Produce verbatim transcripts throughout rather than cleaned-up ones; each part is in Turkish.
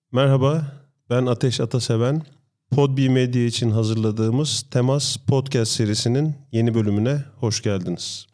Merhaba, ben Ateş Ataseven. Podbi Medya için hazırladığımız Temas Podcast serisinin yeni bölümüne hoş geldiniz.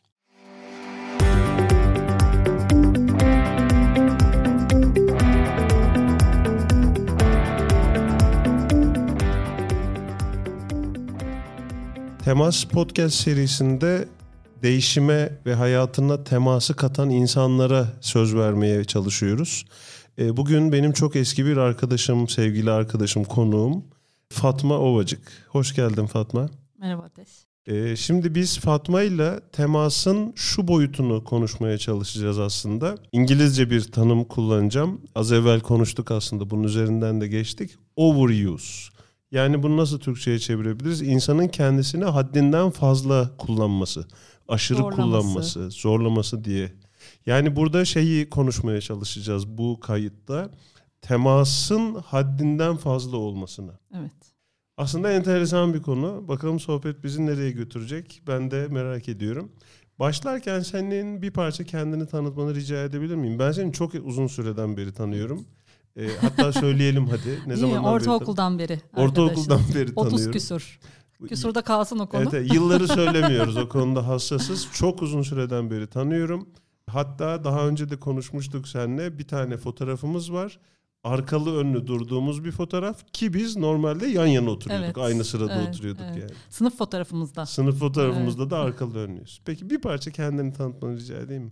Temas Podcast serisinde değişime ve hayatına teması katan insanlara söz vermeye çalışıyoruz. Bugün benim çok eski bir arkadaşım, sevgili arkadaşım, konuğum Fatma Ovacık. Hoş geldin Fatma. Merhaba Ateş. Ee, şimdi biz Fatma ile temasın şu boyutunu konuşmaya çalışacağız aslında. İngilizce bir tanım kullanacağım. Az evvel konuştuk aslında, bunun üzerinden de geçtik. Overuse. Yani bunu nasıl Türkçe'ye çevirebiliriz? İnsanın kendisini haddinden fazla kullanması, aşırı zorlaması. kullanması, zorlaması diye. Yani burada şeyi konuşmaya çalışacağız bu kayıtta. Temasın haddinden fazla olmasını. Evet. Aslında enteresan bir konu. Bakalım sohbet bizi nereye götürecek? Ben de merak ediyorum. Başlarken senin bir parça kendini tanıtmanı rica edebilir miyim? Ben seni çok uzun süreden beri tanıyorum. E, hatta söyleyelim hadi. Ne zamandan Ortaokuldan beri. beri Ortaokuldan beri tanıyorum. otuz küsur. Küsurda kalsın o konu. Evet, evet, yılları söylemiyoruz, o konuda hassasız. Çok uzun süreden beri tanıyorum. Hatta daha önce de konuşmuştuk seninle. Bir tane fotoğrafımız var. Arkalı önlü durduğumuz bir fotoğraf ki biz normalde yan yana oturuyorduk. Evet, Aynı sırada evet, oturuyorduk evet. yani. Sınıf fotoğrafımızda. Sınıf fotoğrafımızda evet. da arkalı önlüyüz. Peki bir parça kendini tanıtmanı rica edeyim mi?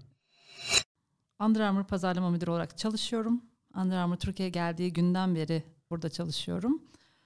Under Armour pazarlama müdürü olarak çalışıyorum. Under Armour Türkiye'ye geldiği günden beri burada çalışıyorum.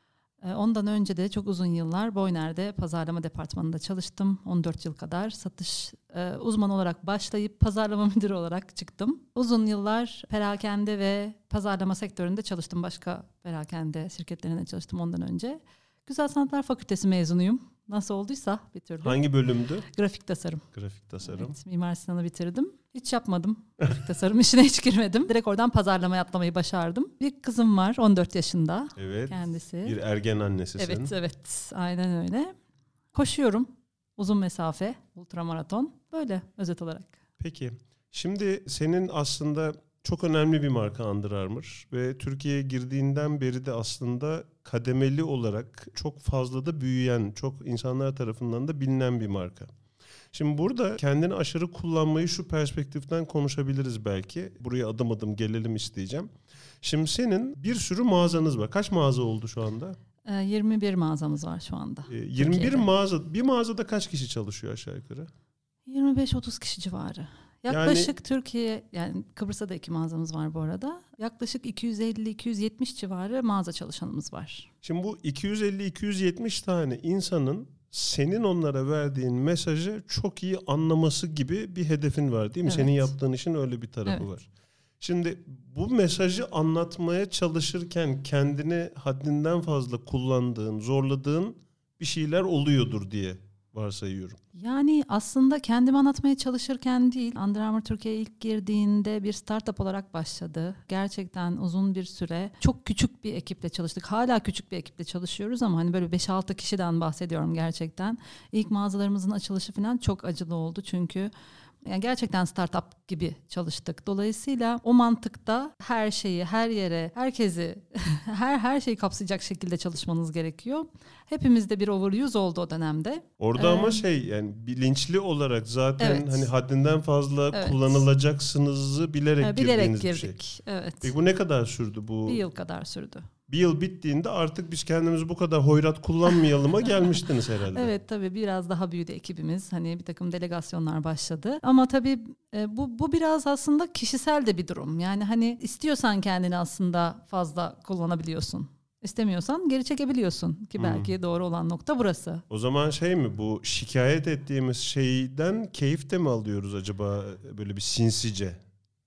Ondan önce de çok uzun yıllar Boyner'de pazarlama departmanında çalıştım. on dört yıl kadar satış e, uzmanı olarak başlayıp pazarlama müdürü olarak çıktım. Uzun yıllar perakende ve pazarlama sektöründe çalıştım. Başka perakende şirketlerinde çalıştım ondan önce. Güzel Sanatlar Fakültesi mezunuyum. Nasıl olduysa bir türlü. Hangi bölümdü? Grafik tasarım. Grafik tasarım. Evet, Mimar Sinan'ı bitirdim. Hiç yapmadım. Grafik tasarım işine hiç girmedim. Direkt oradan pazarlamaya atlamayı başardım. Bir kızım var on dört yaşında. Evet. Kendisi. Bir ergen annesisin. Evet evet aynen öyle. Koşuyorum. Uzun mesafe, ultramaraton. Böyle özet olarak. Peki. Şimdi senin aslında çok önemli bir marka Under Armour ve Türkiye'ye girdiğinden beri de aslında kademeli olarak çok fazla da büyüyen, çok insanlar tarafından da bilinen bir marka. Şimdi burada kendini aşırı kullanmayı şu perspektiften konuşabiliriz belki. Buraya adım adım gelelim isteyeceğim. Şimdi senin bir sürü mağazanız var. Kaç mağaza oldu şu anda? yirmi bir mağazamız var şu anda. yirmi bir Türkiye'de. mağaza. Bir mağazada kaç kişi çalışıyor aşağı yukarı? yirmi beş otuz kişi civarı. Yaklaşık yani, Türkiye, yani Kıbrıs'ta da iki mağazamız var bu arada. Yaklaşık iki yüz elli iki yüz yetmiş civarı mağaza çalışanımız var. Şimdi bu iki yüz elli iki yüz yetmiş tane insanın senin onlara verdiğin mesajı çok iyi anlaması gibi bir hedefin var değil mi? Evet. Senin yaptığın işin öyle bir tarafı evet. var. Şimdi bu mesajı anlatmaya çalışırken kendini haddinden fazla kullandığın, zorladığın bir şeyler oluyordur diye varsayıyorum. Yani aslında kendimi anlatmaya çalışırken değil, Under Armour Türkiye'ye ilk girdiğinde bir startup olarak başladı. Gerçekten uzun bir süre çok küçük bir ekiple çalıştık. Hala küçük bir ekiple çalışıyoruz ama hani böyle beş altı kişiden bahsediyorum gerçekten. İlk mağazalarımızın açılışı falan çok acılı oldu çünkü yani gerçekten startup gibi çalıştık. Dolayısıyla o mantıkta her şeyi, her yere, herkesi, her her şeyi kapsayacak şekilde çalışmanız gerekiyor. Hepimizde bir overuse oldu o dönemde. Orada ee, ama şey yani bilinçli olarak zaten evet. hani haddinden fazla evet. kullanılacaksınızı bilerek, ee, bilerek girdiğiniz girdik. bir şey. Evet. Peki bu ne kadar sürdü bu? Bir yıl kadar sürdü. Bir yıl bittiğinde artık biz kendimizi bu kadar hoyrat kullanmayalıma gelmiştiniz herhalde. Evet tabii biraz daha büyüdü ekibimiz. Hani bir takım delegasyonlar başladı. Ama tabii e, bu bu biraz aslında kişisel de bir durum. Yani hani istiyorsan kendini aslında fazla kullanabiliyorsun. İstemiyorsan geri çekebiliyorsun ki belki hmm. doğru olan nokta burası. O zaman şey mi bu şikayet ettiğimiz şeyden keyif de mi alıyoruz acaba böyle bir sinsice?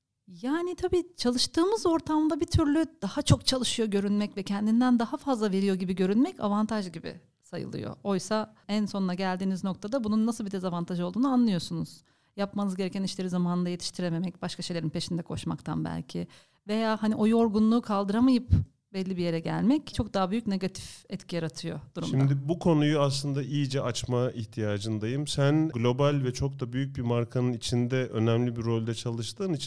Yani tabii çalıştığımız ortamda bir türlü daha çok çalışıyor görünmek ve kendinden daha fazla veriyor gibi görünmek avantaj gibi sayılıyor. Oysa en sonuna geldiğiniz noktada bunun nasıl bir dezavantaj olduğunu anlıyorsunuz. Yapmanız gereken işleri zamanında yetiştirememek, başka şeylerin peşinde koşmaktan belki veya hani o yorgunluğu kaldıramayıp belli bir yere gelmek çok daha büyük negatif etki yaratıyor durumda. Şimdi bu konuyu aslında iyice açma ihtiyacındayım. Sen global ve çok da büyük bir markanın içinde önemli bir rolde çalıştığın için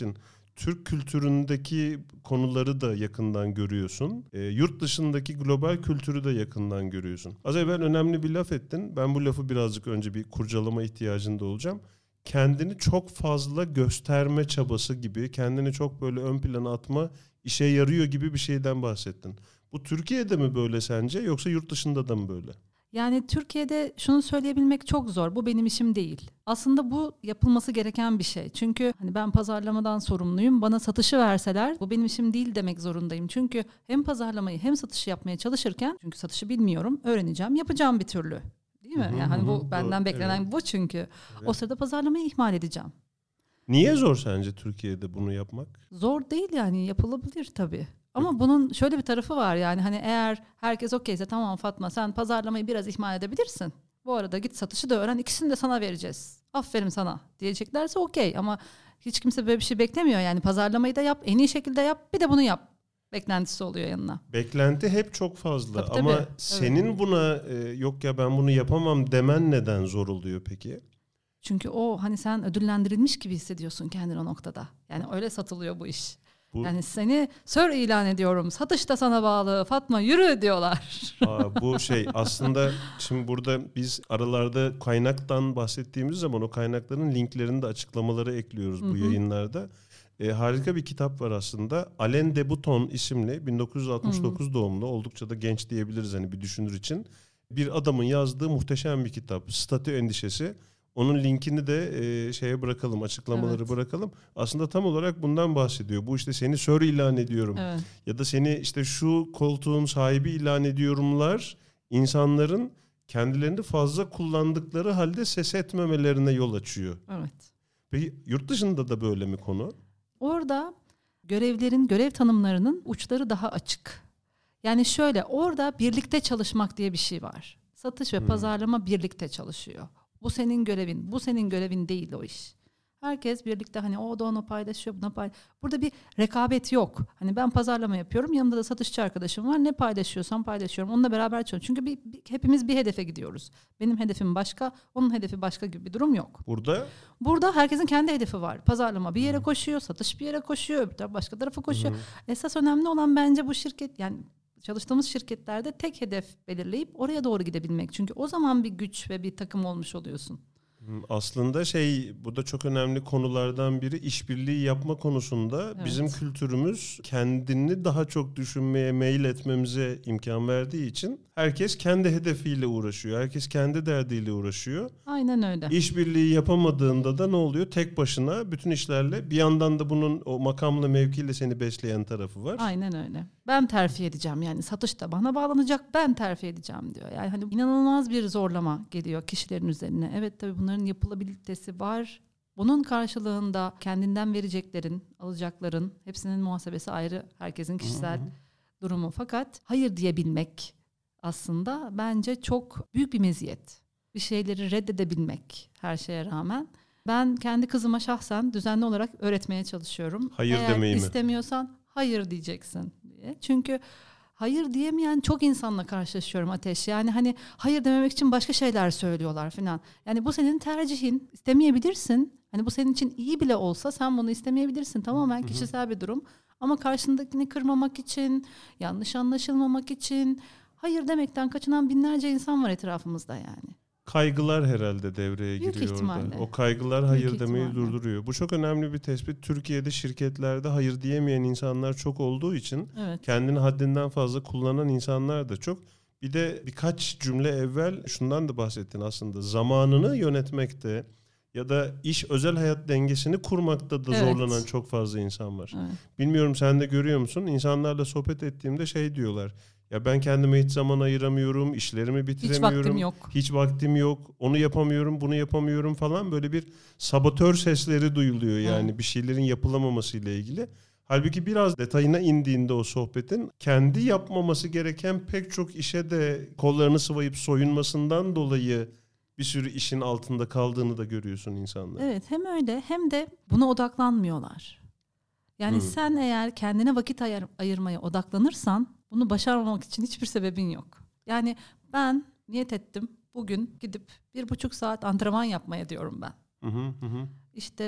Türk kültüründeki konuları da yakından görüyorsun. E, yurt dışındaki global kültürü de yakından görüyorsun. Az evvel önemli bir laf ettin. Ben bu lafı birazcık önce bir kurcalama ihtiyacında olacağım. Kendini çok fazla gösterme çabası gibi, kendini çok böyle ön plana atma işe yarıyor gibi bir şeyden bahsettin. Bu Türkiye'de mi böyle sence, yoksa yurt dışında da mı böyle? Yani Türkiye'de şunu söyleyebilmek çok zor. Bu benim işim değil. Aslında bu yapılması gereken bir şey. Çünkü hani ben pazarlamadan sorumluyum. Bana satışı verseler bu benim işim değil demek zorundayım. Çünkü hem pazarlamayı hem satışı yapmaya çalışırken, çünkü satışı bilmiyorum, öğreneceğim, yapacağım bir türlü. Değil mi? Hı hı, Yani hani bu hı, benden doğru, beklenen evet. bu çünkü. Evet. O sırada pazarlamayı ihmal edeceğim. Niye zor sence Türkiye'de bunu yapmak? Zor değil yani, yapılabilir tabii. Ama bunun şöyle bir tarafı var, yani hani eğer herkes okeyse, tamam Fatma sen pazarlamayı biraz ihmal edebilirsin. Bu arada git satışı da öğren, ikisini de sana vereceğiz. Aferin sana diyeceklerse okey, ama hiç kimse böyle bir şey beklemiyor. Yani pazarlamayı da yap, en iyi şekilde yap, bir de bunu yap beklentisi oluyor yanına. Beklenti hep çok fazla Tabii, ama tabii. senin Evet. buna e, yok ya ben bunu yapamam demen neden zor oluyor peki? Çünkü o hani sen ödüllendirilmiş gibi hissediyorsun kendini o noktada. Yani öyle satılıyor bu iş. Bu, Yani seni sör ilan ediyorum, satış da sana bağlı, Fatma yürü diyorlar. aa, bu şey aslında şimdi burada biz aralarda kaynaktan bahsettiğimiz zaman o kaynakların linklerini de açıklamaları ekliyoruz bu Hı hı. yayınlarda. E, harika bir kitap var aslında. Alain de Botton isimli bin dokuz yüz altmış dokuz hı. doğumlu, oldukça da genç diyebiliriz hani bir düşünür için. Bir adamın yazdığı muhteşem bir kitap. Statü Endişesi. Onun linkini de e, şeye bırakalım, açıklamaları Evet. bırakalım. Aslında tam olarak bundan bahsediyor. Bu işte seni sör ilan ediyorum. Evet. Ya da seni işte şu koltuğun sahibi ilan ediyorumlar insanların kendilerini fazla kullandıkları halde ses etmemelerine yol açıyor. Evet. Peki yurt dışında da böyle mi konu? Orada görevlerin, görev tanımlarının uçları daha açık. Yani şöyle, orada birlikte çalışmak diye bir şey var. Satış ve Hmm. pazarlama birlikte çalışıyor. Bu senin görevin, bu senin görevin değil o iş. Herkes birlikte, hani o da onu paylaşıyor, buna paylaşıyor. Burada bir rekabet yok. Hani ben pazarlama yapıyorum, yanımda da satışçı arkadaşım var. Ne paylaşıyorsam paylaşıyorum. Onunla beraber çalışıyorum. Çünkü bir, bir, hepimiz bir hedefe gidiyoruz. Benim hedefim başka, onun hedefi başka gibi bir durum yok. Burada? Burada herkesin kendi hedefi var. Pazarlama bir yere koşuyor, satış bir yere koşuyor, öbür taraf başka tarafa koşuyor. Hı-hı. Esas önemli olan bence bu şirket, yani çalıştığımız şirketlerde tek hedef belirleyip oraya doğru gidebilmek. Çünkü o zaman bir güç ve bir takım olmuş oluyorsun. Aslında şey, bu da çok önemli konulardan biri, işbirliği yapma konusunda. Evet. Bizim kültürümüz kendini daha çok düşünmeye, meyil etmemize imkan verdiği için herkes kendi hedefiyle uğraşıyor. Herkes kendi derdiyle uğraşıyor. Aynen öyle. İşbirliği yapamadığında da ne oluyor? Tek başına bütün işlerle, bir yandan da bunun o makamla mevkiyle seni besleyen tarafı var. Aynen öyle. Ben terfi edeceğim, yani satış da bana bağlanacak, ben terfi edeceğim diyor. Yani hani inanılmaz bir zorlama geliyor kişilerin üzerine. Evet, tabii bunların yapılabilitesi var. Bunun karşılığında kendinden vereceklerin, alacakların hepsinin muhasebesi ayrı, herkesin kişisel Hı-hı. durumu. Fakat hayır diyebilmek aslında bence çok büyük bir meziyet. Bir şeyleri reddedebilmek her şeye rağmen. Ben kendi kızıma şahsen düzenli olarak öğretmeye çalışıyorum. Hayır Eğer demeyi mi? istemiyorsan hayır diyeceksin diye. Çünkü hayır diyemeyen çok insanla karşılaşıyorum Ateş. Yani hani hayır dememek için başka şeyler söylüyorlar falan. Yani bu senin tercihin. İstemeyebilirsin. Hani bu senin için iyi bile olsa sen bunu istemeyebilirsin. Tamamen kişisel bir durum. Ama karşındakini kırmamak için, yanlış anlaşılmamak için hayır demekten kaçınan binlerce insan var etrafımızda yani. Kaygılar herhalde devreye Büyük giriyor ihtimalle. orada. O kaygılar hayır Büyük demeyi ihtimalle. durduruyor. Bu çok önemli bir tespit. Türkiye'de şirketlerde hayır diyemeyen insanlar çok olduğu için Evet. kendini haddinden fazla kullanan insanlar da çok. Bir de birkaç cümle evvel şundan da bahsettin aslında. Zamanını yönetmekte ya da iş özel hayat dengesini kurmakta da Evet. zorlanan çok fazla insan var. Evet. Bilmiyorum sen de görüyor musun? İnsanlarla sohbet ettiğimde şey diyorlar. Ya ben kendime hiç zaman ayıramıyorum, işlerimi bitiremiyorum. Hiç vaktim yok. Hiç vaktim yok, onu yapamıyorum, bunu yapamıyorum falan, böyle bir saboteur sesleri duyuluyor yani evet. Bir şeylerin yapılamaması ile ilgili. Halbuki biraz detayına indiğinde o sohbetin kendi yapmaması gereken pek çok işe de kollarını sıvayıp soyunmasından dolayı bir sürü işin altında kaldığını da görüyorsun insanlar. Evet, hem öyle hem de buna odaklanmıyorlar. Yani hmm. sen eğer kendine vakit ayır, ayırmaya odaklanırsan bunu başarmamak için hiçbir sebebin yok. Yani ben niyet ettim bugün gidip bir buçuk saat antrenman yapmaya diyorum ben. Hı hı hı. İşte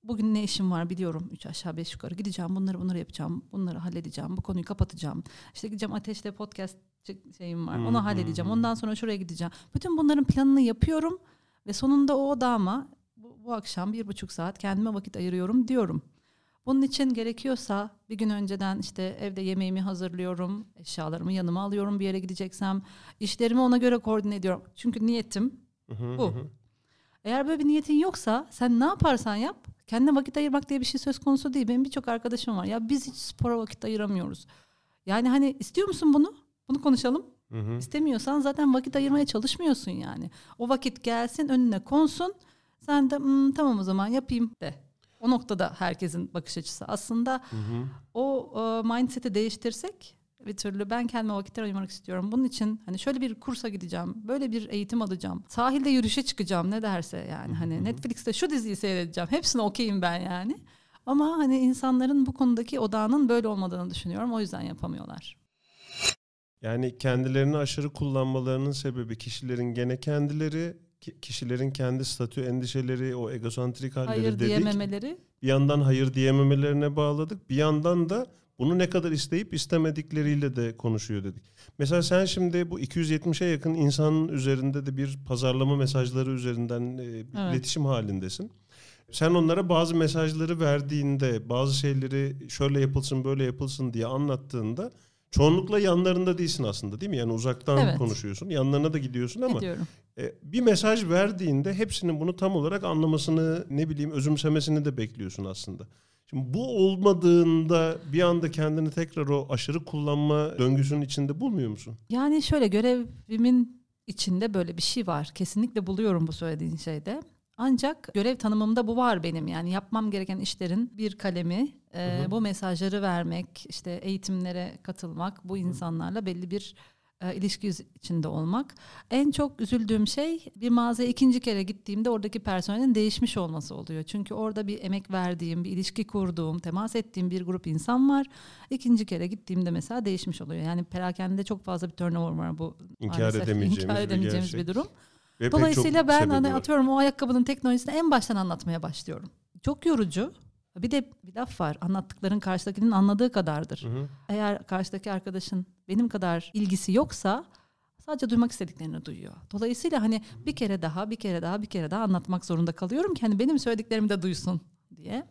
bugün ne işim var biliyorum. Üç aşağı beş yukarı gideceğim. Bunları bunları yapacağım. Bunları halledeceğim. Bu konuyu kapatacağım. İşte gideceğim Ateş'te podcast şeyim var. Onu halledeceğim. Ondan sonra şuraya gideceğim. Bütün bunların planını yapıyorum. Ve sonunda o odağıma bu, bu akşam bir buçuk saat kendime vakit ayırıyorum diyorum. Bunun için gerekiyorsa bir gün önceden işte evde yemeğimi hazırlıyorum. Eşyalarımı yanıma alıyorum bir yere gideceksem. İşlerimi ona göre koordine ediyorum. Çünkü niyetim bu. Eğer böyle bir niyetin yoksa sen ne yaparsan yap kendine vakit ayırmak diye bir şey söz konusu değil. Benim birçok arkadaşım var. Ya biz hiç spora vakit ayıramıyoruz. Yani hani istiyor musun bunu? Bunu konuşalım. Hı hı. İstemiyorsan zaten vakit ayırmaya çalışmıyorsun yani. O vakit gelsin önüne konsun. Sen de tamam o zaman yapayım de. O noktada herkesin bakış açısı. Aslında hı hı. o e, mindset'i değiştirsek bir türlü ben kendime vakitler ayırmak istiyorum. Bunun için hani şöyle bir kursa gideceğim. Böyle bir eğitim alacağım. Sahilde yürüyüşe çıkacağım ne derse yani. Hı hı. Hani Netflix'te şu diziyi seyredeceğim. Hepsine okeyim ben yani. Ama hani insanların bu konudaki odağının böyle olmadığını düşünüyorum. O yüzden yapamıyorlar. Yani kendilerini aşırı kullanmalarının sebebi kişilerin gene kendileri, kişilerin kendi statü endişeleri, o egosantrik halleri hayır dedik. diyememeleri. Bir yandan hayır diyememelerine bağladık. Bir yandan da bunu ne kadar isteyip istemedikleriyle de konuşuyor dedik. Mesela sen şimdi bu iki yüz yetmişe yakın insanın üzerinde de bir pazarlama mesajları üzerinden evet. iletişim halindesin. Sen onlara bazı mesajları verdiğinde, bazı şeyleri şöyle yapılsın, böyle yapılsın diye anlattığında çoğunlukla yanlarında değilsin aslında değil mi? Yani uzaktan evet. konuşuyorsun. Yanlarına da gidiyorsun ama Gidiyorum. bir mesaj verdiğinde hepsinin bunu tam olarak anlamasını, ne bileyim özümsemesini de bekliyorsun aslında. Şimdi bu olmadığında bir anda kendini tekrar o aşırı kullanma döngüsünün içinde bulmuyor musun? Yani şöyle görevimin içinde böyle bir şey var. Kesinlikle buluyorum bu söylediğin şeyde. Ancak görev tanımımda bu var benim. Yani yapmam gereken işlerin bir kalemi, e, hı hı. bu mesajları vermek, işte eğitimlere katılmak, bu insanlarla belli bir e, ilişki içinde olmak. En çok üzüldüğüm şey bir mağazaya ikinci kere gittiğimde oradaki personelin değişmiş olması oluyor. Çünkü orada bir emek verdiğim, bir ilişki kurduğum, temas ettiğim bir grup insan var. İkinci kere gittiğimde mesela değişmiş oluyor. Yani perakende çok fazla bir turnover var bu. İnkar maalesef. edemeyeceğimiz, İnkar edemeyeceğimiz bir, bir durum. Ve Dolayısıyla ben hani atıyorum o ayakkabının teknolojisini en baştan anlatmaya başlıyorum. Çok yorucu. Bir de bir laf var. Anlattıkların karşıdakinin anladığı kadardır. Hı hı. Eğer karşıdaki arkadaşın benim kadar ilgisi yoksa sadece duymak istediklerini duyuyor. Dolayısıyla hani bir kere daha, bir kere daha, bir kere daha anlatmak zorunda kalıyorum ki hani benim söylediklerimi de duysun diye.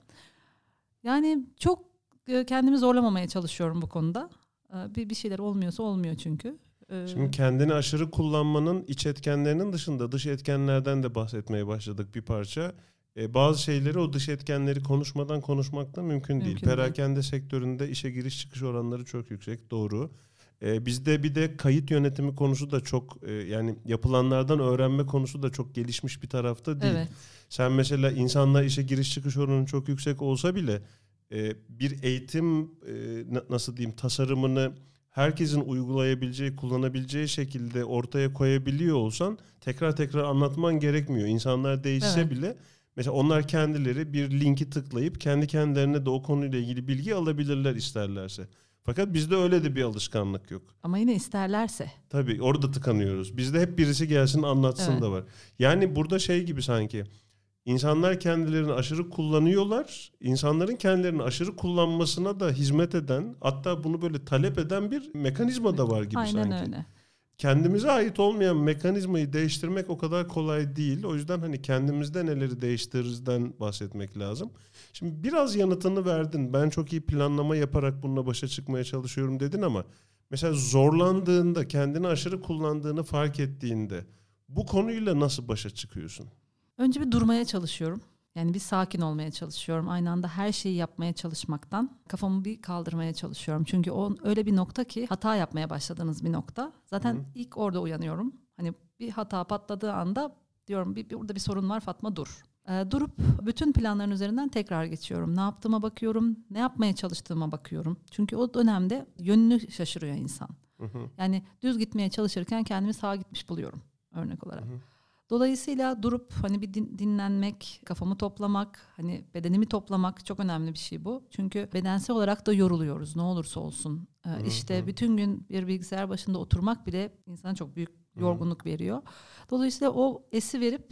Yani çok kendimi zorlamamaya çalışıyorum bu konuda. Bir bir şeyler olmuyorsa olmuyor çünkü. Şimdi kendini aşırı kullanmanın iç etkenlerinin dışında dış etkenlerden de bahsetmeye başladık bir parça. Ee, bazı şeyleri o dış etkenleri konuşmadan konuşmak da mümkün, mümkün değil. değil. Perakende sektöründe işe giriş çıkış oranları çok yüksek, doğru. Ee, bizde bir de kayıt yönetimi konusu da çok e, yani yapılanlardan öğrenme konusu da çok gelişmiş bir tarafta değil. Evet. Sen mesela insanlar işe giriş çıkış oranı çok yüksek olsa bile e, bir eğitim e, nasıl diyeyim tasarımını herkesin uygulayabileceği, kullanabileceği şekilde ortaya koyabiliyor olsan tekrar tekrar anlatman gerekmiyor. İnsanlar değişse evet. bile mesela onlar kendileri bir linki tıklayıp kendi kendilerine de o konuyla ilgili bilgi alabilirler isterlerse. Fakat bizde öyle de bir alışkanlık yok. Ama yine isterlerse. Tabii orada tıkanıyoruz. Bizde hep birisi gelsin anlatsın evet. da var. Yani burada şey gibi sanki İnsanlar kendilerini aşırı kullanıyorlar. İnsanların kendilerini aşırı kullanmasına da hizmet eden, hatta bunu böyle talep eden bir mekanizma da var gibi Aynen sanki. Aynen öyle. Kendimize ait olmayan mekanizmayı değiştirmek o kadar kolay değil. O yüzden hani kendimizde neleri değiştiririzden bahsetmek lazım. Şimdi biraz yanıtını verdin. Ben çok iyi planlama yaparak bununla başa çıkmaya çalışıyorum dedin ama mesela zorlandığında, kendini aşırı kullandığını fark ettiğinde bu konuyla nasıl başa çıkıyorsun? Önce bir durmaya çalışıyorum. Yani bir sakin olmaya çalışıyorum. Aynı anda her şeyi yapmaya çalışmaktan kafamı bir kaldırmaya çalışıyorum. Çünkü o öyle bir nokta ki hata yapmaya başladığınız bir nokta. Zaten Hı-hı. ilk orada uyanıyorum. Hani bir hata patladığı anda diyorum bir, bir burada bir sorun var Fatma dur. Ee, durup bütün planların üzerinden tekrar geçiyorum. Ne yaptığıma bakıyorum, ne yapmaya çalıştığıma bakıyorum. Çünkü o dönemde yönünü şaşırıyor insan. Hı-hı. Yani düz gitmeye çalışırken kendimi sağa gitmiş buluyorum örnek olarak. Hı-hı. Dolayısıyla durup hani bir din, dinlenmek, kafamı toplamak, hani bedenimi toplamak çok önemli bir şey bu. Çünkü bedensel olarak da yoruluyoruz ne olursa olsun. Ee, hı hı. İşte bütün gün bir bilgisayar başında oturmak bile insana çok büyük yorgunluk veriyor. Dolayısıyla o esi verip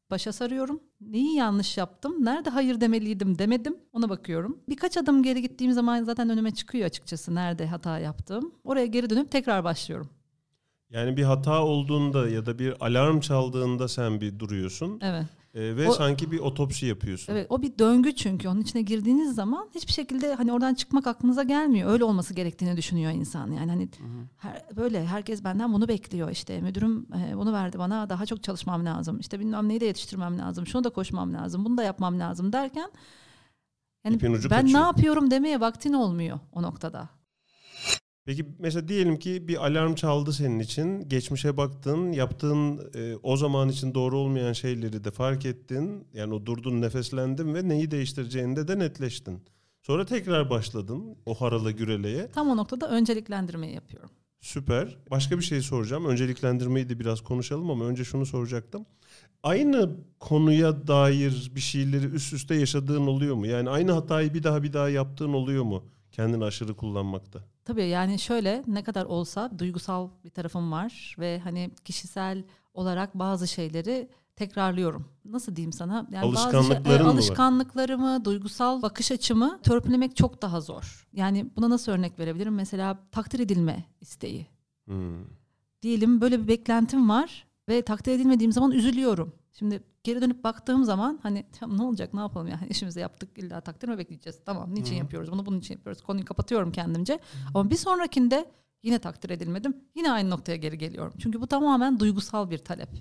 Başa sarıyorum. Neyi yanlış yaptım? Nerede hayır demeliydim demedim? Ona bakıyorum. Birkaç adım geri gittiğim zaman zaten önüme çıkıyor açıkçası nerede hata yaptım. Oraya geri dönüp tekrar başlıyorum. Yani bir hata olduğunda ya da bir alarm çaldığında sen bir duruyorsun. Evet. Ee, ve o, sanki bir otopsi yapıyorsun. Evet, o bir döngü çünkü. Onun içine girdiğiniz zaman hiçbir şekilde hani oradan çıkmak aklınıza gelmiyor. Öyle olması gerektiğini düşünüyor insan. Yani hani her, böyle herkes benden bunu bekliyor. İşte müdürüm e, bunu verdi bana, daha çok çalışmam lazım. İşte bilmem neyi de yetiştirmem lazım. Şunu da koşmam lazım. Bunu da yapmam lazım derken yani ben kaçıyor. Ne yapıyorum demeye vaktin olmuyor o noktada. Peki mesela diyelim ki bir alarm çaldı senin için. Geçmişe baktın, yaptığın e, o zaman için doğru olmayan şeyleri de fark ettin. Yani o durdun, nefeslendin ve neyi değiştireceğini de, de netleştin. Sonra tekrar başladın o harala güreleye. Tam o noktada önceliklendirmeyi yapıyorum. Süper. Başka bir şey soracağım. Önceliklendirmeyi de biraz konuşalım ama önce şunu soracaktım. Aynı konuya dair bir şeyleri üst üste yaşadığın oluyor mu? Yani aynı hatayı bir daha bir daha yaptığın oluyor mu? Kendini aşırı kullanmakta. Tabii yani şöyle, ne kadar olsa duygusal bir tarafım var ve hani kişisel olarak bazı şeyleri tekrarlıyorum. Nasıl diyeyim sana? Yani Alışkanlıkların bazı şey, e, mı alışkanlıklarımı, var? Duygusal bakış açımı törpülemek çok daha zor. Yani buna nasıl örnek verebilirim? Mesela takdir edilme isteği. Hmm. Diyelim böyle bir beklentim var ve takdir edilmediğim zaman üzülüyorum. Şimdi geri dönüp baktığım zaman hani ne olacak, ne yapalım yani, işimizi yaptık, illa takdir mi bekleyeceğiz? Tamam, niçin Hı. yapıyoruz bunu, bunun için yapıyoruz. Konuyu kapatıyorum kendimce. Hı. Ama bir sonrakinde yine takdir edilmedim. Yine aynı noktaya geri geliyorum. Çünkü bu tamamen duygusal bir talep.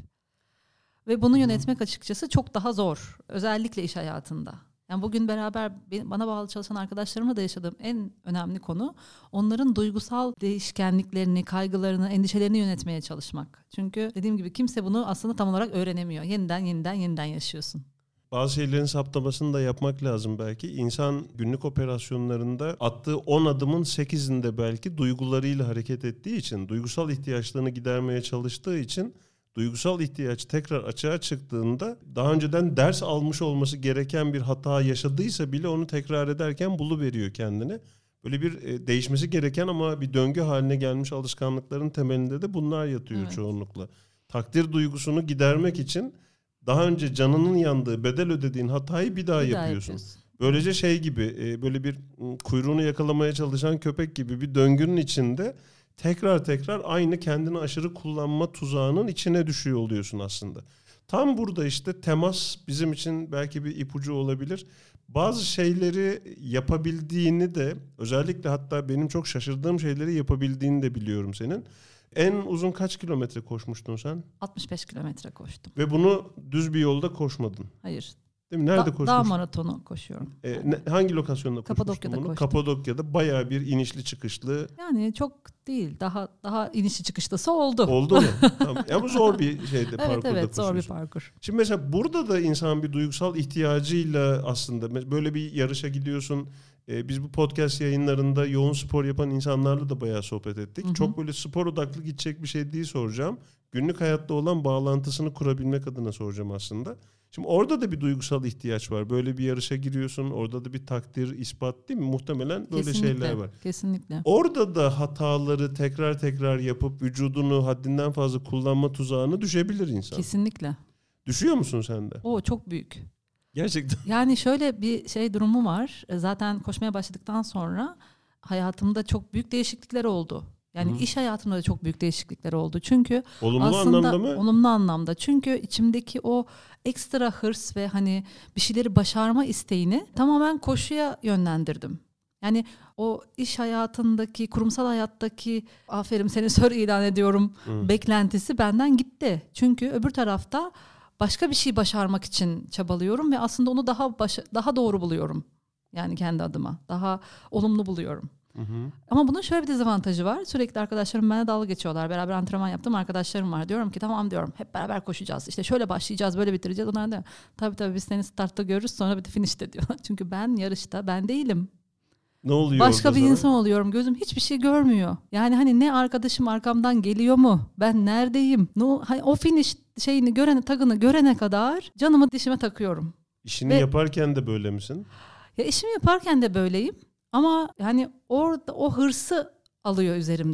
Ve bunu yönetmek açıkçası çok daha zor. Özellikle iş hayatında. Yani bugün beraber bana bağlı çalışan arkadaşlarımla da yaşadığım en önemli konu onların duygusal değişkenliklerini, kaygılarını, endişelerini yönetmeye çalışmak. Çünkü dediğim gibi kimse bunu aslında tam olarak öğrenemiyor. Yeniden yeniden yeniden yaşıyorsun. Bazı şeylerin saptamasını da yapmak lazım belki. İnsan günlük operasyonlarında attığı on adımın sekizinde belki duygularıyla hareket ettiği için, duygusal ihtiyaçlarını gidermeye çalıştığı için duygusal ihtiyaç tekrar açığa çıktığında daha önceden ders almış olması gereken bir hata yaşadıysa bile onu tekrar ederken buluveriyor kendini. Böyle bir e, değişmesi gereken ama bir döngü haline gelmiş alışkanlıkların temelinde de bunlar yatıyor evet. çoğunlukla. Takdir duygusunu gidermek için daha önce canının yandığı, bedel ödediğin hatayı bir daha, bir daha yapıyorsun. yapıyorsun. Böylece şey gibi e, böyle bir kuyruğunu yakalamaya çalışan köpek gibi bir döngünün içinde tekrar tekrar aynı kendini aşırı kullanma tuzağının içine düşüyor oluyorsun aslında. Tam burada işte temas bizim için belki bir ipucu olabilir. Bazı şeyleri yapabildiğini de, özellikle hatta benim çok şaşırdığım şeyleri yapabildiğini de biliyorum senin. En uzun kaç kilometre koşmuştun sen? altmış beş kilometre koştum. Ve bunu düz bir yolda koşmadın. Hayır. Değil mi? Nerede da, koşmuştun? Dağ maratonu koşuyorum. Ee, ne, hangi lokasyonda koşmuştun Kapadokya'da bunu? koştum. Kapadokya'da bayağı bir inişli çıkışlı. Yani çok değil. Daha daha inişli çıkışlısı oldu. Oldu mu? Tamam. Ya bu zor bir şeyde, evet, parkurda evet, zor bir koşuyorsun. parkur. Şimdi mesela burada da insan bir duygusal ihtiyacıyla aslında böyle bir yarışa gidiyorsun. Ee, biz bu podcast yayınlarında yoğun spor yapan insanlarla da bayağı sohbet ettik. Hı hı. Çok böyle spor odaklı gidecek bir şey değil soracağım. Günlük hayatta olan bağlantısını kurabilmek adına soracağım aslında. Şimdi orada da bir duygusal ihtiyaç var. Böyle bir yarışa giriyorsun. Orada da bir takdir, ispat değil mi? Muhtemelen böyle kesinlikle, şeyler var. Kesinlikle. Orada da hataları tekrar tekrar yapıp vücudunu haddinden fazla kullanma tuzağına düşebilir insan. Kesinlikle. Düşüyor musun sen de? O çok büyük. Gerçekten. Yani şöyle bir şey durumu var. Zaten koşmaya başladıktan sonra hayatımda çok büyük değişiklikler oldu. Yani Hı. iş hayatımda da çok büyük değişiklikler oldu. Çünkü olumlu aslında anlamda mı? Olumlu anlamda. Çünkü içimdeki o ekstra hırs ve hani bir şeyleri başarma isteğini tamamen koşuya yönlendirdim. Yani o iş hayatındaki, kurumsal hayattaki aferin seni sör ilan ediyorum Hı. beklentisi benden gitti. Çünkü öbür tarafta başka bir şey başarmak için çabalıyorum ve aslında onu daha baş, daha doğru buluyorum. Yani kendi adıma. Daha olumlu buluyorum. Hı hı. Ama bunun şöyle bir dezavantajı var. Sürekli arkadaşlarım benimle dalga geçiyorlar. Beraber antrenman yaptığım arkadaşlarım var. Diyorum ki tamam diyorum. Hep beraber koşacağız. İşte şöyle başlayacağız, böyle bitireceğiz. Onlar diyor tabii tabii biz seni startta görürüz sonra bir de finish'te diyorlar. Çünkü ben yarışta ben değilim. Ne oluyor Başka bir sana? insan oluyorum. Gözüm hiçbir şey görmüyor. Yani hani ne arkadaşım arkamdan geliyor mu? Ben neredeyim? No, hani o finish şeyini görene, tagını görene kadar canımı dişime takıyorum. İşini Ve, yaparken de böyle misin? Ya işimi yaparken de böyleyim. Ama hani orada o hırsı alıyor üzerimden.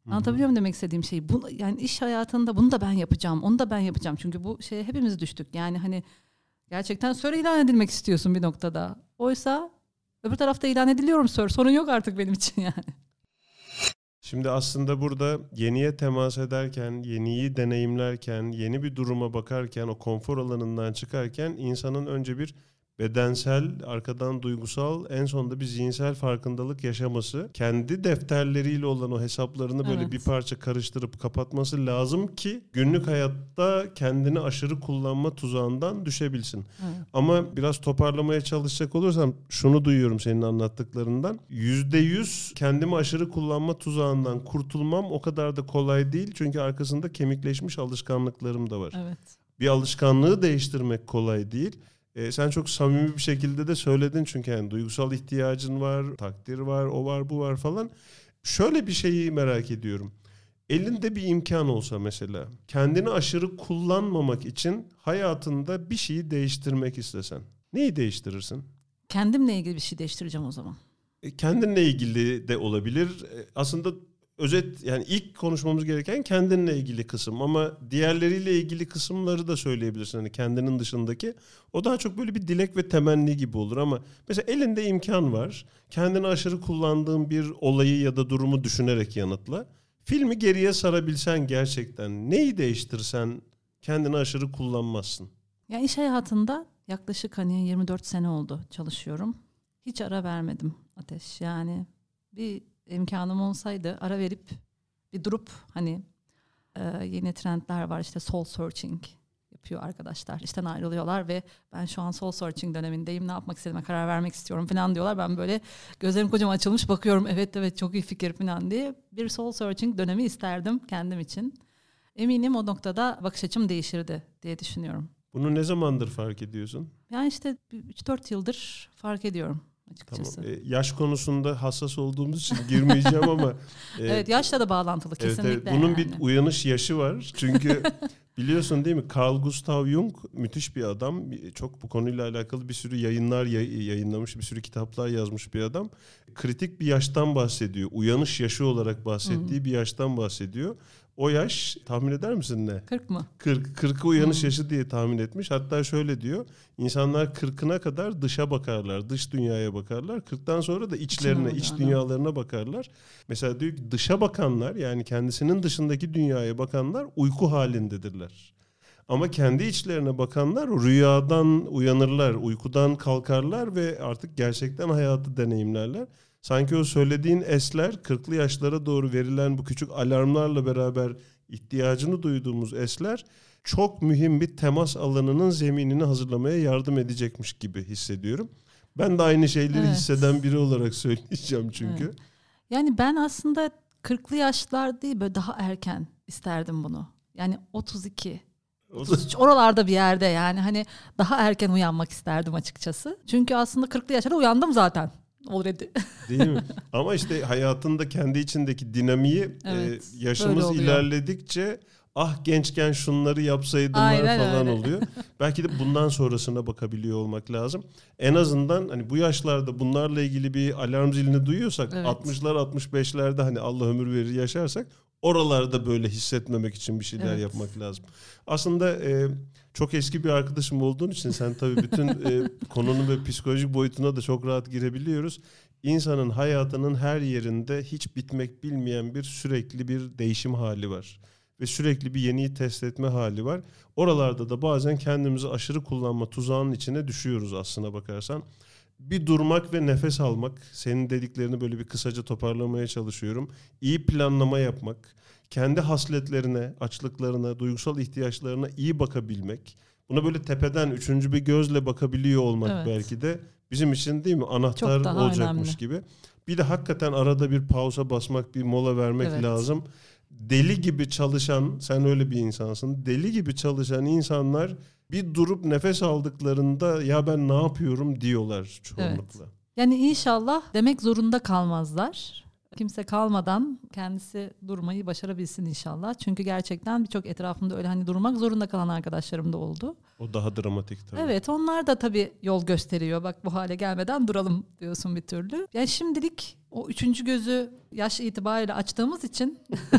Anlatabiliyor muyum demek istediğim şeyi? Bu, yani iş hayatında bunu da ben yapacağım, onu da ben yapacağım. Çünkü bu şeye hepimiz düştük. Yani hani gerçekten Sir ilan edilmek istiyorsun bir noktada. Oysa öbür tarafta ilan ediliyorum Sir. Sorun yok artık benim için yani. Şimdi aslında burada yeniye temas ederken, yeniyi deneyimlerken, yeni bir duruma bakarken, o konfor alanından çıkarken insanın önce bir bedensel, arkadan duygusal, en sonunda bir zihinsel farkındalık yaşaması, kendi defterleriyle olan o hesaplarını böyle evet. bir parça karıştırıp kapatması lazım ki günlük hayatta kendini aşırı kullanma tuzağından düşebilsin. Evet. Ama biraz toparlamaya çalışacak olursam şunu duyuyorum senin anlattıklarından. Yüzde yüz kendimi aşırı kullanma tuzağından kurtulmam o kadar da kolay değil. Çünkü arkasında kemikleşmiş alışkanlıklarım da var. Evet. Bir alışkanlığı değiştirmek kolay değil. Ee, sen çok samimi bir şekilde de söyledin çünkü yani duygusal ihtiyacın var, takdir var, o var, bu var falan. Şöyle bir şeyi merak ediyorum. Elinde bir imkan olsa mesela, kendini aşırı kullanmamak için hayatında bir şeyi değiştirmek istesen, neyi değiştirirsin? Kendimle ilgili bir şey değiştireceğim o zaman. E, kendinle ilgili de olabilir. E, aslında özet yani ilk konuşmamız gereken kendinle ilgili kısım ama diğerleriyle ilgili kısımları da söyleyebilirsin. Hani kendinin dışındaki o daha çok böyle bir dilek ve temenni gibi olur ama mesela elinde imkan var. Kendini aşırı kullandığın bir olayı ya da durumu düşünerek yanıtla. Filmi geriye sarabilsen gerçekten neyi değiştirsen kendini aşırı kullanmazsın. Ya iş hayatında yaklaşık hani yirmi dört sene oldu çalışıyorum. Hiç ara vermedim Ateş. Yani bir imkanım olsaydı ara verip bir durup hani e, yeni trendler var işte soul searching yapıyor arkadaşlar. İşten ayrılıyorlar ve ben şu an soul searching dönemindeyim. Ne yapmak istediğime karar vermek istiyorum falan diyorlar. Ben böyle gözlerim kocaman açılmış bakıyorum. Evet evet çok iyi fikir falan diye. Bir soul searching dönemi isterdim kendim için. Eminim o noktada bakış açım değişirdi diye düşünüyorum. Bunu ne zamandır fark ediyorsun? Yani işte üç dört yıldır fark ediyorum. Açıkçası. Tamam. E, yaş konusunda hassas olduğumuz için girmeyeceğim ama e, evet yaşla da bağlantılı kesinlikle. Evet, evet. Bunun yani. bir uyanış yaşı var. Çünkü biliyorsun değil mi? Carl Gustav Jung müthiş bir adam. Çok bu konuyla alakalı bir sürü yayınlar yayınlamış, bir sürü kitaplar yazmış bir adam. Kritik bir yaştan bahsediyor. Uyanış yaşı olarak bahsettiği hmm. bir yaştan bahsediyor. O yaş tahmin eder misin ne? kırk mı? kırk. kırkı uyanış hmm. yaşı diye tahmin etmiş. Hatta şöyle diyor. İnsanlar kırkına kadar dışa bakarlar. Dış dünyaya bakarlar. kırktan sonra da içlerine, İçin iç dünyalarına bakarlar. Mesela diyor ki dışa bakanlar yani kendisinin dışındaki dünyaya bakanlar uyku halindedirler. Ama kendi içlerine bakanlar rüyadan uyanırlar. Uykudan kalkarlar ve artık gerçekten hayatı deneyimlerler. Sanki o söylediğin esler kırklı yaşlara doğru verilen bu küçük alarmlarla beraber ihtiyacını duyduğumuz esler çok mühim bir temas alanının zeminini hazırlamaya yardım edecekmiş gibi hissediyorum. Ben de aynı şeyleri evet. hisseden biri olarak söyleyeceğim çünkü. Evet. Yani ben aslında kırklı yaşlar değil böyle daha erken isterdim bunu. Yani otuz iki otuz üç oralarda bir yerde yani hani daha erken uyanmak isterdim açıkçası. Çünkü aslında kırklı yaşlarda uyandım zaten. Already. Değil mi? Ama işte hayatında kendi içindeki dinamiği evet, e, yaşımız ilerledikçe ah gençken şunları yapsaydımlar Aynen falan öyle. Oluyor. Belki de bundan sonrasına bakabiliyor olmak lazım. En azından hani bu yaşlarda bunlarla ilgili bir alarm zilini duyuyorsak evet. altmışlar altmış beşlerde hani Allah ömür verir yaşarsak oralarda böyle hissetmemek için bir şeyler evet. yapmak lazım. Aslında e, çok eski bir arkadaşım olduğun için sen tabii bütün e, konunun ve psikolojik boyutuna da çok rahat girebiliyoruz. İnsanın hayatının her yerinde hiç bitmek bilmeyen bir sürekli bir değişim hali var. Ve sürekli bir yeniyi test etme hali var. Oralarda da bazen kendimizi aşırı kullanma tuzağının içine düşüyoruz aslına bakarsan. Bir durmak ve nefes almak, senin dediklerini böyle bir kısaca toparlamaya çalışıyorum. İyi planlama yapmak, kendi hasletlerine, açlıklarına, duygusal ihtiyaçlarına iyi bakabilmek. Buna böyle tepeden üçüncü bir gözle bakabiliyor olmak evet. belki de bizim için değil mi anahtar olacakmış önemli. Gibi. Bir de hakikaten arada bir pauza basmak, bir mola vermek evet. lazım. Deli gibi çalışan, sen öyle bir insansın, deli gibi çalışan insanlar bir durup nefes aldıklarında ya ben ne yapıyorum diyorlar çoğunlukla. Evet. Yani inşallah demek zorunda kalmazlar. Kimse kalmadan kendisi durmayı başarabilsin inşallah. Çünkü gerçekten birçok etrafımda öyle hani durmak zorunda kalan arkadaşlarım da oldu. O daha dramatik tabii. Evet onlar da tabii yol gösteriyor. Bak bu hale gelmeden duralım diyorsun bir türlü. Yani şimdilik o üçüncü gözü yaş itibariyle açtığımız için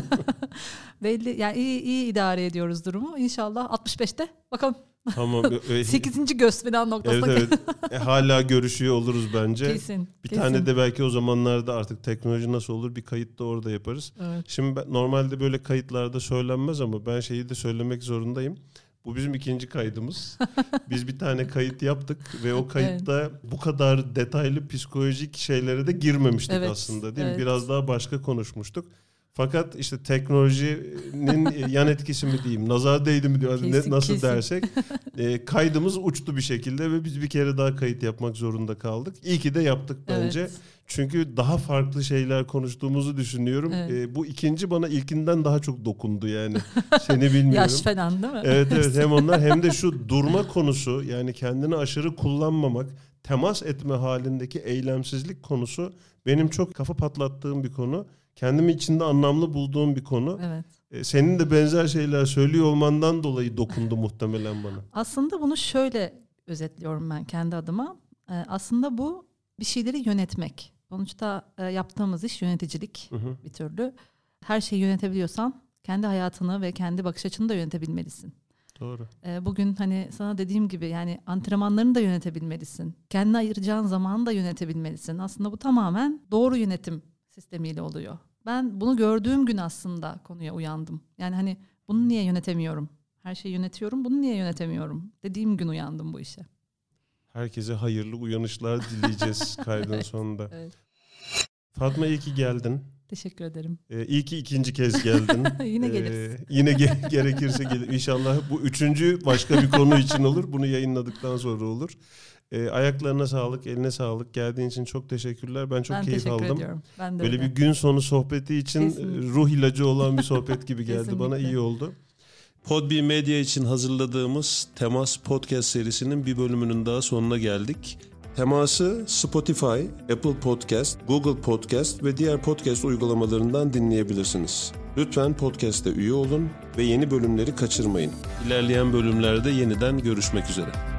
belli yani iyi, iyi idare ediyoruz durumu. İnşallah altmış beşte bakalım. Tamam. sekizinci göz falan noktasına. Evet evet. E, hala görüşüyor oluruz bence. Kesin. Bir kesin. tane de belki o zamanlarda artık teknoloji nasıl olur bir kayıt da orada yaparız. Evet. Şimdi ben, normalde böyle kayıtlarda söylenmez ama ben şeyi de söylemek zorundayım. Bu bizim ikinci kaydımız. Biz bir tane kayıt yaptık ve o kayıtta evet. bu kadar detaylı psikolojik şeylere de girmemiştik evet, aslında değil evet. mi? Biraz daha başka konuşmuştuk. Fakat işte teknolojinin yan etkisi mi diyeyim, nazar değdi mi diyor, kesin, nasıl kesin. dersek e, kaydımız uçtu bir şekilde ve biz bir kere daha kayıt yapmak zorunda kaldık. İyi ki de yaptık bence. Evet. Çünkü daha farklı şeyler konuştuğumuzu düşünüyorum. Evet. E, bu ikinci bana ilkinden daha çok dokundu yani. Seni bilmiyorum. Yaş falan değil mi? Evet evet, hem onlar hem de şu durma konusu, yani kendini aşırı kullanmamak, temas etme halindeki eylemsizlik konusu benim çok kafa patlattığım bir konu. Kendimi içinde anlamlı bulduğum bir konu. Evet. Ee, senin de benzer şeyler söylüyor olmandan dolayı dokundu muhtemelen bana. Aslında bunu şöyle özetliyorum ben kendi adıma. Ee, aslında bu bir şeyleri yönetmek. Sonuçta e, yaptığımız iş yöneticilik hı hı. bir türlü. Her şeyi yönetebiliyorsan kendi hayatını ve kendi bakış açını da yönetebilmelisin. Doğru. Ee, bugün hani sana dediğim gibi yani antrenmanlarını da yönetebilmelisin. Kendine ayıracağın zamanı da yönetebilmelisin. Aslında bu tamamen doğru yönetim sistemiyle oluyor. Ben bunu gördüğüm gün aslında konuya uyandım. Yani hani bunu niye yönetemiyorum? Her şeyi yönetiyorum, bunu niye yönetemiyorum? Dediğim gün uyandım bu işe. Herkese hayırlı uyanışlar dileyeceğiz kaydın evet, sonunda. Evet. Fatma, iyi ki geldin. Teşekkür ederim. Ee, iyi ki ikinci kez geldin. Yine geliriz. Ee, yine ge- gerekirse gelir. İnşallah bu üçüncü başka bir konu için olur. Bunu yayınladıktan sonra olur. Ee, ayaklarına sağlık, eline sağlık. Geldiğin için çok teşekkürler. Ben çok ben keyif aldım. Ediyorum. Ben de Böyle öyle. bir gün sonu sohbeti için kesinlikle. Ruh ilacı olan bir sohbet gibi geldi kesinlikle. Bana iyi oldu. Podbi Medya için hazırladığımız Temas Podcast serisinin bir bölümünün daha sonuna geldik. Teması Spotify, Apple Podcast, Google Podcast ve diğer podcast uygulamalarından dinleyebilirsiniz. Lütfen podcast'te üye olun ve yeni bölümleri kaçırmayın. İlerleyen bölümlerde yeniden görüşmek üzere.